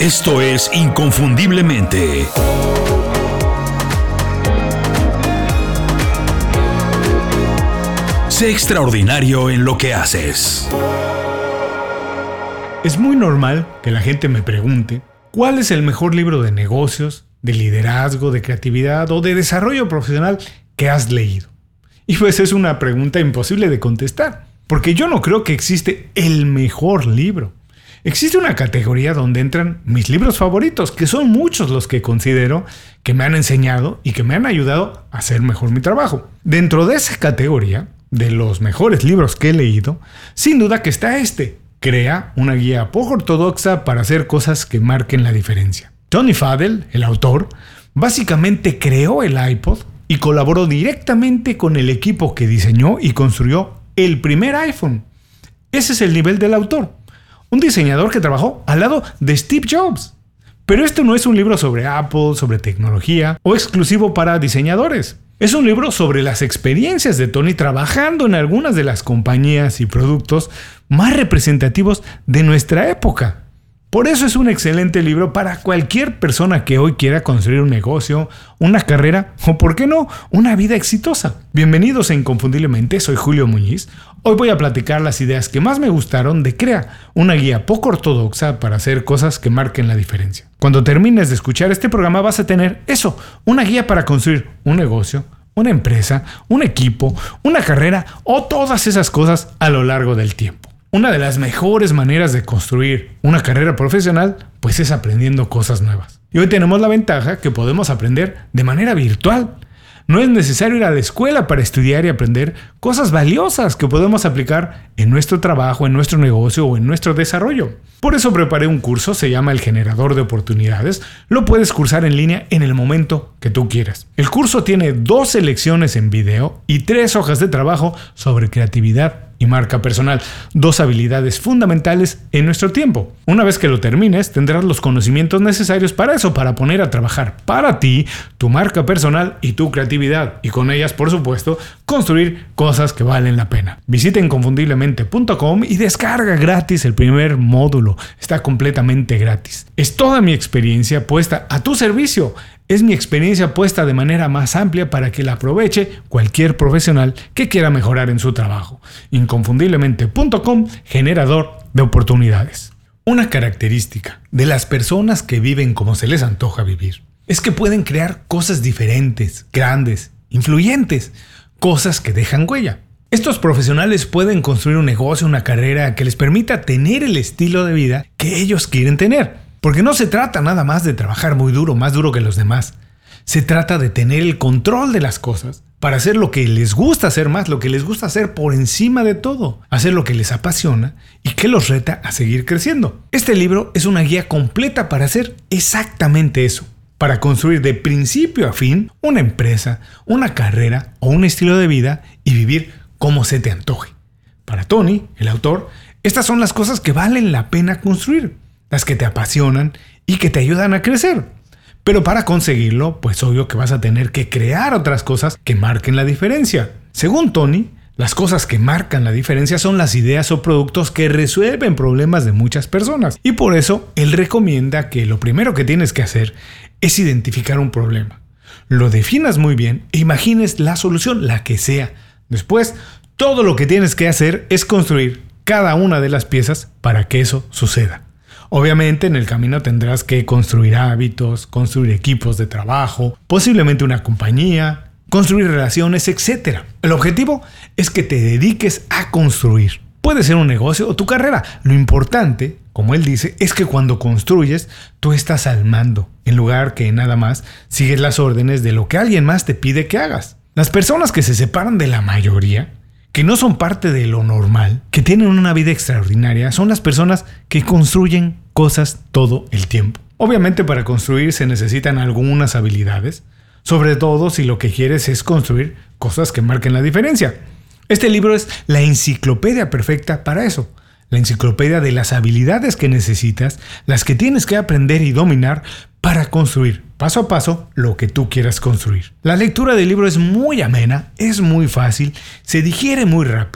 Esto es Inconfundiblemente. Sé extraordinario en lo que haces. Es muy normal que la gente me pregunte cuál es el mejor libro de negocios, de liderazgo, de creatividad o de desarrollo profesional que has leído. Y pues es una pregunta imposible de contestar, porque yo no creo que existe el mejor libro. Existe una categoría donde entran mis libros favoritos, que son muchos los que considero que me han enseñado y que me han ayudado a hacer mejor mi trabajo. Dentro de esa categoría, de los mejores libros que he leído, sin duda que está este: Crea una guía poco ortodoxa para hacer cosas que marquen la diferencia. Tony Fadell, el autor, básicamente creó el iPod y colaboró directamente con el equipo que diseñó y construyó el primer iPhone. Ese es el nivel del autor. Un diseñador que trabajó al lado de Steve Jobs. Pero esto no es un libro sobre Apple, sobre tecnología o exclusivo para diseñadores. Es un libro sobre las experiencias de Tony trabajando en algunas de las compañías y productos más representativos de nuestra época. Por eso es un excelente libro para cualquier persona que hoy quiera construir un negocio, una carrera o, por qué no, una vida exitosa. Bienvenidos a Inconfundiblemente, soy Julio Muñiz. Hoy voy a platicar las ideas que más me gustaron de Crea, una guía poco ortodoxa para hacer cosas que marquen la diferencia. Cuando termines de escuchar este programa vas a tener eso, una guía para construir un negocio, una empresa, un equipo, una carrera o todas esas cosas a lo largo del tiempo. Una de las mejores maneras de construir una carrera profesional, pues es aprendiendo cosas nuevas. Y hoy tenemos la ventaja que podemos aprender de manera virtual. No es necesario ir a la escuela para estudiar y aprender cosas valiosas que podemos aplicar en nuestro trabajo, en nuestro negocio o en nuestro desarrollo. Por eso preparé un curso, se llama El Generador de Oportunidades. Lo puedes cursar en línea en el momento que tú quieras. El curso tiene 2 lecciones en video y 3 hojas de trabajo sobre creatividad y marca personal, 2 habilidades fundamentales en nuestro tiempo. Una vez que lo termines, tendrás los conocimientos necesarios para eso, para poner a trabajar para ti, tu marca personal y tu creatividad, y con ellas, por supuesto, construir cosas que valen la pena. Visita inconfundiblemente.com y descarga gratis el primer módulo. Está completamente gratis. Es toda mi experiencia puesta a tu servicio. Es mi experiencia puesta de manera más amplia para que la aproveche cualquier profesional que quiera mejorar en su trabajo. Inconfundiblemente.com, generador de oportunidades. Una característica de las personas que viven como se les antoja vivir es que pueden crear cosas diferentes, grandes, influyentes, cosas que dejan huella. Estos profesionales pueden construir un negocio, una carrera que les permita tener el estilo de vida que ellos quieren tener. Porque no se trata nada más de trabajar muy duro, más duro que los demás. Se trata de tener el control de las cosas para hacer lo que les gusta hacer más, lo que les gusta hacer por encima de todo, hacer lo que les apasiona y que los reta a seguir creciendo. Este libro es una guía completa para hacer exactamente eso, para construir de principio a fin una empresa, una carrera o un estilo de vida y vivir como se te antoje. Para Tony, el autor, estas son las cosas que valen la pena construir, las que te apasionan y que te ayudan a crecer. Pero para conseguirlo, pues obvio que vas a tener que crear otras cosas que marquen la diferencia. Según Tony, las cosas que marcan la diferencia son las ideas o productos que resuelven problemas de muchas personas. Y por eso, él recomienda que lo primero que tienes que hacer es identificar un problema. Lo definas muy bien e imagines la solución, la que sea. Después, todo lo que tienes que hacer es construir cada una de las piezas para que eso suceda. Obviamente en el camino tendrás que construir hábitos, construir equipos de trabajo, posiblemente una compañía, construir relaciones, etc. El objetivo es que te dediques a construir. Puede ser un negocio o tu carrera. Lo importante, como él dice, es que cuando construyes, tú estás al mando, en lugar que nada más sigues las órdenes de lo que alguien más te pide que hagas. Las personas que se separan de la mayoría, que no son parte de lo normal, que tienen una vida extraordinaria, son las personas que construyen cosas todo el tiempo. Obviamente para construir se necesitan algunas habilidades, sobre todo si lo que quieres es construir cosas que marquen la diferencia. Este libro es la enciclopedia perfecta para eso. La enciclopedia de las habilidades que necesitas, las que tienes que aprender y dominar para construir paso a paso lo que tú quieras construir. La lectura del libro es muy amena, es muy fácil, se digiere muy rápido.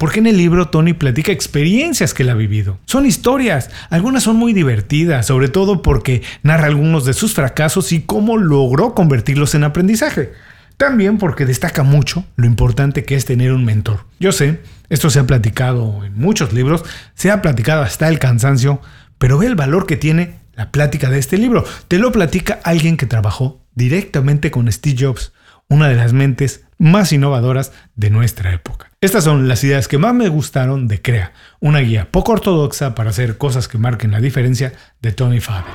Porque en el libro Tony platica experiencias que él ha vivido. Son historias, algunas son muy divertidas, sobre todo porque narra algunos de sus fracasos y cómo logró convertirlos en aprendizaje. También porque destaca mucho lo importante que es tener un mentor. Yo sé, esto se ha platicado en muchos libros, se ha platicado hasta el cansancio, pero ve el valor que tiene la plática de este libro. Te lo platica alguien que trabajó directamente con Steve Jobs, una de las mentes más innovadoras de nuestra época. Estas son las ideas que más me gustaron de Crea, una guía poco ortodoxa para hacer cosas que marquen la diferencia de Tony Fadell.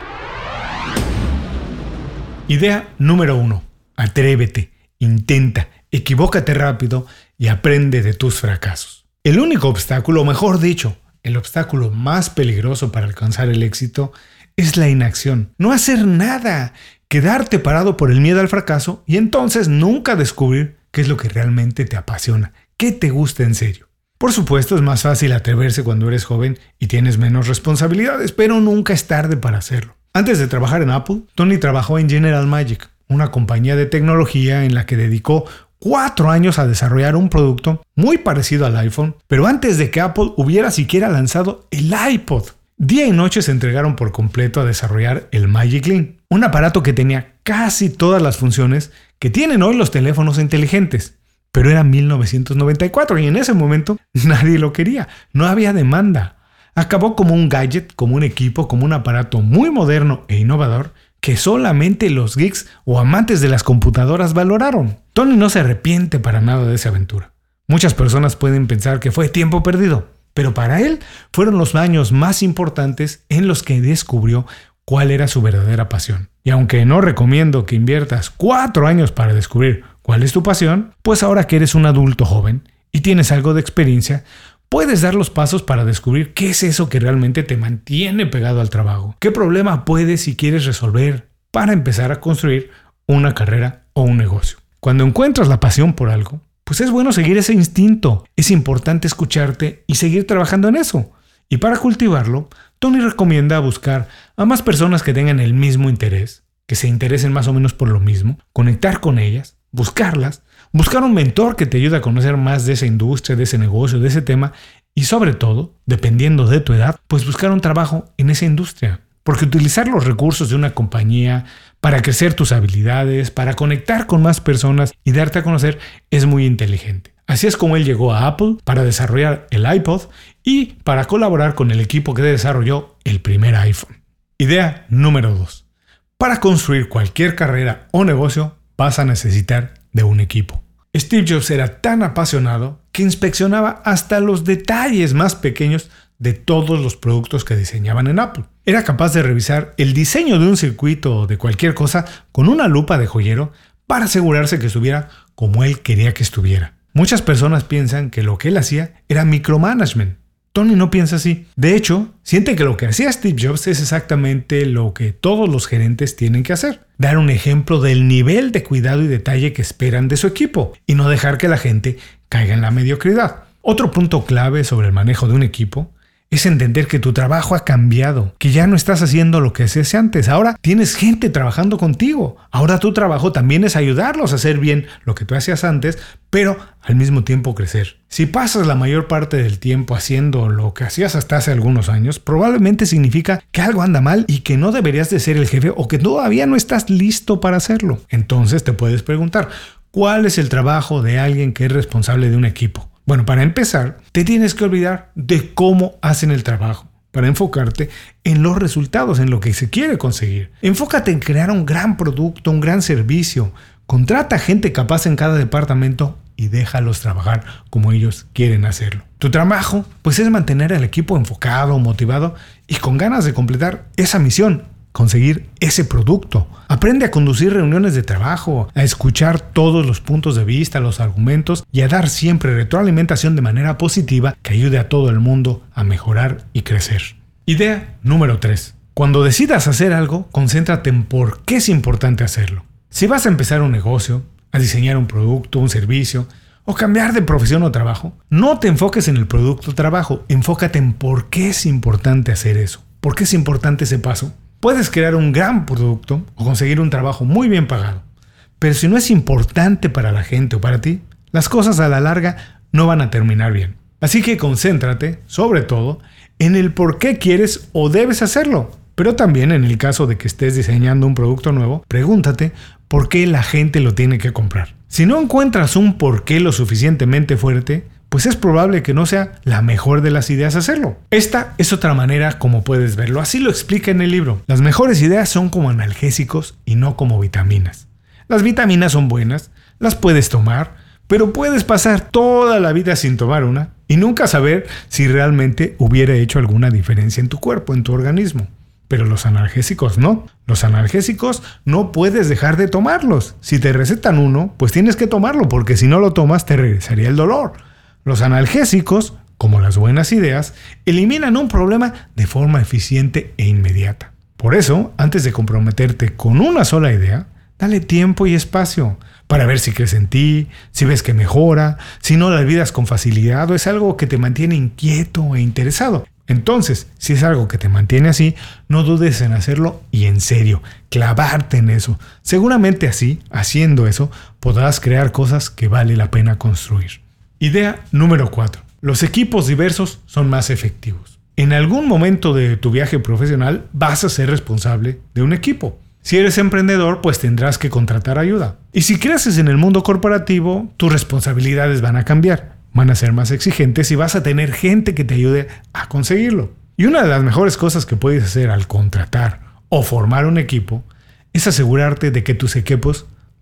Idea número 1. Atrévete. Intenta, equivócate rápido y aprende de tus fracasos. El único obstáculo, o mejor dicho, el obstáculo más peligroso para alcanzar el éxito es la inacción. No hacer nada, quedarte parado por el miedo al fracaso y entonces nunca descubrir qué es lo que realmente te apasiona, qué te gusta en serio. Por supuesto, es más fácil atreverse cuando eres joven y tienes menos responsabilidades, pero nunca es tarde para hacerlo. Antes de trabajar en Apple, Tony trabajó en General Magic, una compañía de tecnología en la que dedicó 4 años a desarrollar un producto muy parecido al iPhone, pero antes de que Apple hubiera siquiera lanzado el iPod. Día y noche se entregaron por completo a desarrollar el Magic Leap, un aparato que tenía casi todas las funciones que tienen hoy los teléfonos inteligentes. Pero era 1994 y en ese momento nadie lo quería, no había demanda. Acabó como un gadget, como un equipo, como un aparato muy moderno e innovador que solamente los geeks o amantes de las computadoras valoraron. Tony no se arrepiente para nada de esa aventura. Muchas personas pueden pensar que fue tiempo perdido, pero para él fueron los años más importantes en los que descubrió cuál era su verdadera pasión. Y aunque no recomiendo que inviertas 4 años para descubrir cuál es tu pasión, pues ahora que eres un adulto joven y tienes algo de experiencia, puedes dar los pasos para descubrir qué es eso que realmente te mantiene pegado al trabajo. ¿Qué problema puedes y quieres resolver para empezar a construir una carrera o un negocio? Cuando encuentras la pasión por algo, pues es bueno seguir ese instinto. Es importante escucharte y seguir trabajando en eso. Y para cultivarlo, Tony recomienda buscar a más personas que tengan el mismo interés, que se interesen más o menos por lo mismo, conectar con ellas, buscarlas, buscar un mentor que te ayude a conocer más de esa industria, de ese negocio, de ese tema y sobre todo, dependiendo de tu edad, pues buscar un trabajo en esa industria. Porque utilizar los recursos de una compañía para crecer tus habilidades, para conectar con más personas y darte a conocer es muy inteligente. Así es como él llegó a Apple para desarrollar el iPod y para colaborar con el equipo que desarrolló el primer iPhone. Idea número 2. Para construir cualquier carrera o negocio vas a necesitar de un equipo. Steve Jobs era tan apasionado que inspeccionaba hasta los detalles más pequeños de todos los productos que diseñaban en Apple. Era capaz de revisar el diseño de un circuito o de cualquier cosa con una lupa de joyero para asegurarse que estuviera como él quería que estuviera. Muchas personas piensan que lo que él hacía era micromanagement. Tony no piensa así. De hecho, siente que lo que hacía Steve Jobs es exactamente lo que todos los gerentes tienen que hacer. Dar un ejemplo del nivel de cuidado y detalle que esperan de su equipo y no dejar que la gente caiga en la mediocridad. Otro punto clave sobre el manejo de un equipo es entender que tu trabajo ha cambiado, que ya no estás haciendo lo que hacías antes. Ahora tienes gente trabajando contigo. Ahora tu trabajo también es ayudarlos a hacer bien lo que tú hacías antes, pero al mismo tiempo crecer. Si pasas la mayor parte del tiempo haciendo lo que hacías hasta hace algunos años, probablemente significa que algo anda mal y que no deberías de ser el jefe o que todavía no estás listo para hacerlo. Entonces te puedes preguntar, ¿cuál es el trabajo de alguien que es responsable de un equipo? Bueno, para empezar, te tienes que olvidar de cómo hacen el trabajo para enfocarte en los resultados, en lo que se quiere conseguir. Enfócate en crear un gran producto, un gran servicio. Contrata gente capaz en cada departamento y déjalos trabajar como ellos quieren hacerlo. Tu trabajo, pues, es mantener al equipo enfocado, motivado y con ganas de completar esa misión. Conseguir ese producto. Aprende a conducir reuniones de trabajo, a escuchar todos los puntos de vista, los argumentos y a dar siempre retroalimentación de manera positiva que ayude a todo el mundo a mejorar y crecer. Idea número 3. Cuando decidas hacer algo, concéntrate en por qué es importante hacerlo. Si vas a empezar un negocio, a diseñar un producto, un servicio o cambiar de profesión o trabajo, no te enfoques en el producto o trabajo, enfócate en por qué es importante hacer eso. ¿Por qué es importante ese paso? Puedes crear un gran producto o conseguir un trabajo muy bien pagado, pero si no es importante para la gente o para ti, las cosas a la larga no van a terminar bien. Así que concéntrate, sobre todo, en el por qué quieres o debes hacerlo. Pero también en el caso de que estés diseñando un producto nuevo, pregúntate por qué la gente lo tiene que comprar. Si no encuentras un por qué lo suficientemente fuerte, pues es probable que no sea la mejor de las ideas hacerlo. Esta es otra manera como puedes verlo. Así lo explica en el libro. Las mejores ideas son como analgésicos y no como vitaminas. Las vitaminas son buenas, las puedes tomar, pero puedes pasar toda la vida sin tomar una y nunca saber si realmente hubiera hecho alguna diferencia en tu cuerpo, en tu organismo. Pero los analgésicos no. Los analgésicos no puedes dejar de tomarlos. Si te recetan uno, pues tienes que tomarlo porque si no lo tomas te regresaría el dolor. Los analgésicos, como las buenas ideas, eliminan un problema de forma eficiente e inmediata. Por eso, antes de comprometerte con una sola idea, dale tiempo y espacio para ver si crece en ti, si ves que mejora, si no la olvidas con facilidad o es algo que te mantiene inquieto e interesado. Entonces, si es algo que te mantiene así, no dudes en hacerlo y en serio, clavarte en eso. Seguramente así, haciendo eso, podrás crear cosas que vale la pena construir. Idea número 4. Los equipos diversos son más efectivos. En algún momento de tu viaje profesional vas a ser responsable de un equipo. Si eres emprendedor, pues tendrás que contratar ayuda. Y si creces en el mundo corporativo, tus responsabilidades van a cambiar. Van a ser más exigentes y vas a tener gente que te ayude a conseguirlo. Y una de las mejores cosas que puedes hacer al contratar o formar un equipo es asegurarte de que tus equipos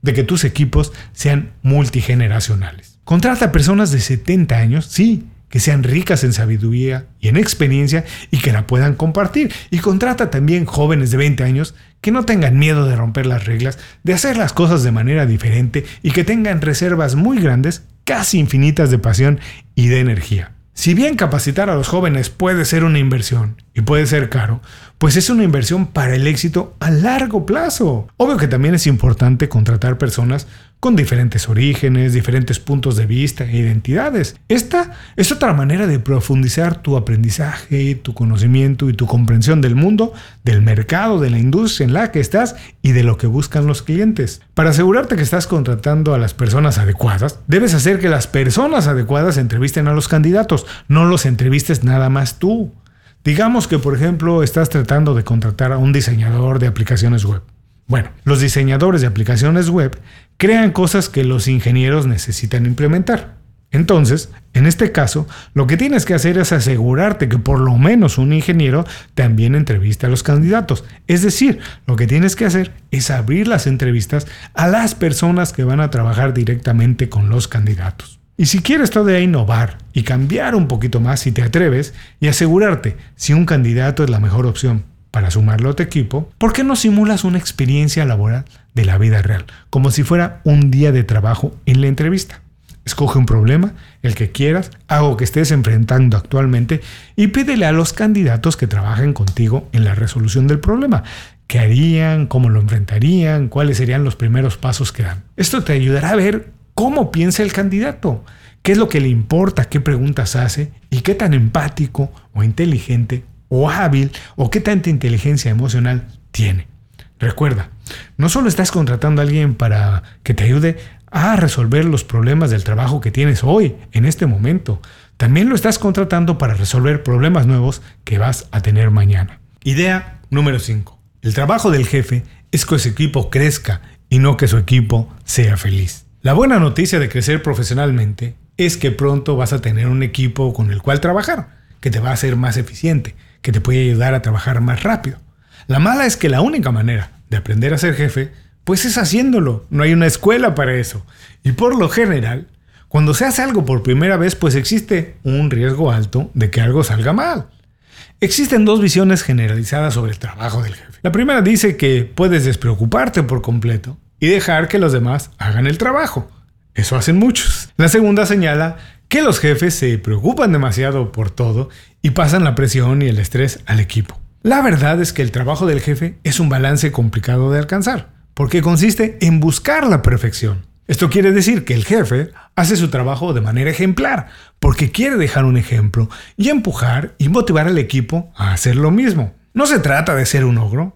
sean multigeneracionales. Contrata personas de 70 años, sí, que sean ricas en sabiduría y en experiencia y que la puedan compartir. Y contrata también jóvenes de 20 años que no tengan miedo de romper las reglas, de hacer las cosas de manera diferente y que tengan reservas muy grandes, casi infinitas de pasión y de energía. Si bien capacitar a los jóvenes puede ser una inversión y puede ser caro, pues es una inversión para el éxito a largo plazo. Obvio que también es importante contratar personas con diferentes orígenes, diferentes puntos de vista e identidades. Esta es otra manera de profundizar tu aprendizaje, tu conocimiento y tu comprensión del mundo, del mercado, de la industria en la que estás y de lo que buscan los clientes. Para asegurarte que estás contratando a las personas adecuadas, debes hacer que las personas adecuadas entrevisten a los candidatos, no los entrevistes nada más tú. Digamos que, por ejemplo, estás tratando de contratar a un diseñador de aplicaciones web. Bueno, los diseñadores de aplicaciones web crean cosas que los ingenieros necesitan implementar. Entonces, en este caso, lo que tienes que hacer es asegurarte que por lo menos un ingeniero también entreviste a los candidatos. Es decir, lo que tienes que hacer es abrir las entrevistas a las personas que van a trabajar directamente con los candidatos. Y si quieres todavía innovar y cambiar un poquito más si te atreves y asegurarte si un candidato es la mejor opción para sumarlo a tu equipo, ¿por qué no simulas una experiencia laboral de la vida real, como si fuera un día de trabajo en la entrevista? Escoge un problema, el que quieras, algo que estés enfrentando actualmente y pídele a los candidatos que trabajen contigo en la resolución del problema. ¿Qué harían? ¿Cómo lo enfrentarían? ¿Cuáles serían los primeros pasos que dan? Esto te ayudará a ver cómo piensa el candidato, qué es lo que le importa, qué preguntas hace y qué tan empático o inteligente o hábil o qué tanta inteligencia emocional tiene. Recuerda, no solo estás contratando a alguien para que te ayude a resolver los problemas del trabajo que tienes hoy, en este momento. También lo estás contratando para resolver problemas nuevos que vas a tener mañana. Idea número 5. El trabajo del jefe es que su equipo crezca y no que su equipo sea feliz. La buena noticia de crecer profesionalmente es que pronto vas a tener un equipo con el cual trabajar, que te va a hacer más eficiente, que te puede ayudar a trabajar más rápido. La mala es que la única manera de aprender a ser jefe, pues es haciéndolo. No hay una escuela para eso. Y por lo general, cuando se hace algo por primera vez, pues existe un riesgo alto de que algo salga mal. Existen dos visiones generalizadas sobre el trabajo del jefe. La primera dice que puedes despreocuparte por completo y dejar que los demás hagan el trabajo. Eso hacen muchos. La segunda señala que los jefes se preocupan demasiado por todo y pasan la presión y el estrés al equipo. La verdad es que el trabajo del jefe es un balance complicado de alcanzar, porque consiste en buscar la perfección. Esto quiere decir que el jefe hace su trabajo de manera ejemplar, porque quiere dejar un ejemplo y empujar y motivar al equipo a hacer lo mismo. No se trata de ser un ogro,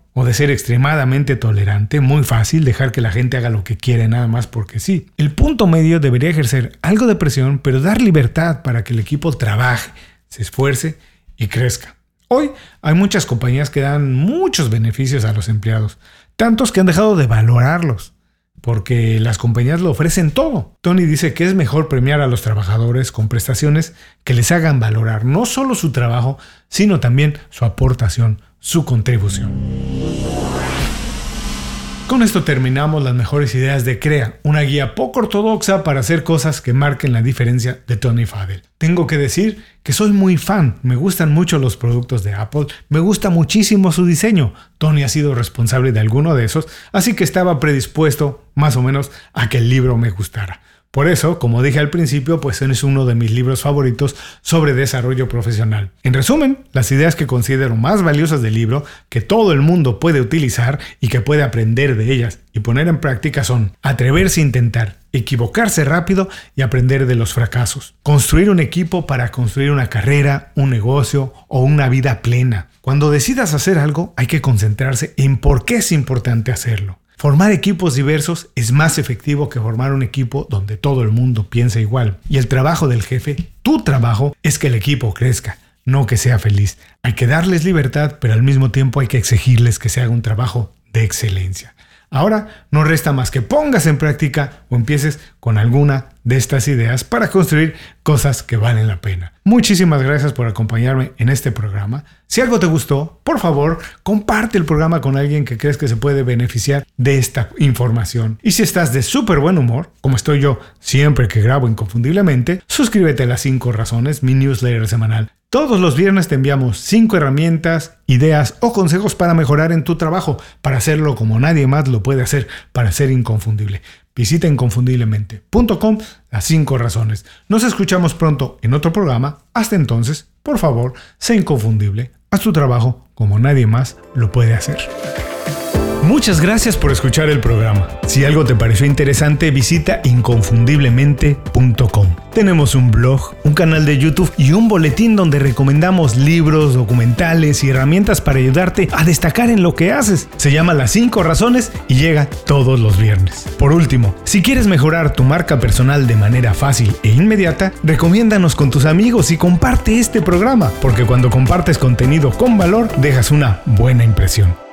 o de ser extremadamente tolerante, muy fácil dejar que la gente haga lo que quiere nada más porque sí. El punto medio debería ejercer algo de presión, pero dar libertad para que el equipo trabaje, se esfuerce y crezca. Hoy hay muchas compañías que dan muchos beneficios a los empleados, tantos que han dejado de valorarlos, porque las compañías lo ofrecen todo. Tony dice que es mejor premiar a los trabajadores con prestaciones que les hagan valorar no solo su trabajo, sino también su aportación, su contribución. Con esto terminamos las mejores ideas de Crea, una guía poco ortodoxa para hacer cosas que marquen la diferencia de Tony Fadell. Tengo que decir que soy muy fan, me gustan mucho los productos de Apple, me gusta muchísimo su diseño. Tony ha sido responsable de alguno de esos, así que estaba predispuesto más o menos a que el libro me gustara. Por eso, como dije al principio, pues es uno de mis libros favoritos sobre desarrollo profesional. En resumen, las ideas que considero más valiosas del libro, que todo el mundo puede utilizar y que puede aprender de ellas y poner en práctica son: atreverse a intentar, equivocarse rápido y aprender de los fracasos. Construir un equipo para construir una carrera, un negocio o una vida plena. Cuando decidas hacer algo, hay que concentrarse en por qué es importante hacerlo. Formar equipos diversos es más efectivo que formar un equipo donde todo el mundo piensa igual. Y el trabajo del jefe, tu trabajo, es que el equipo crezca, no que sea feliz. Hay que darles libertad, pero al mismo tiempo hay que exigirles que se haga un trabajo de excelencia. Ahora no resta más que pongas en práctica o empieces con alguna de estas ideas para construir cosas que valen la pena. Muchísimas gracias por acompañarme en este programa. Si algo te gustó, por favor, comparte el programa con alguien que crees que se puede beneficiar de esta información. Y si estás de súper buen humor, como estoy yo siempre que grabo Inconfundiblemente, suscríbete a Las 5 Razones, mi newsletter semanal. Todos los viernes te enviamos 5 herramientas, ideas o consejos para mejorar en tu trabajo, para hacerlo como nadie más lo puede hacer, para ser inconfundible. Visita inconfundiblemente.com, Las 5 Razones. Nos escuchamos pronto en otro programa. Hasta entonces, por favor, sé inconfundible. Haz tu trabajo como nadie más lo puede hacer. Muchas gracias por escuchar el programa. Si algo te pareció interesante, visita inconfundiblemente.com. Tenemos un blog, un canal de YouTube y un boletín donde recomendamos libros, documentales y herramientas para ayudarte a destacar en lo que haces. Se llama Las 5 Razones y llega todos los viernes. Por último, si quieres mejorar tu marca personal de manera fácil e inmediata, recomiéndanos con tus amigos y comparte este programa, porque cuando compartes contenido con valor, dejas una buena impresión.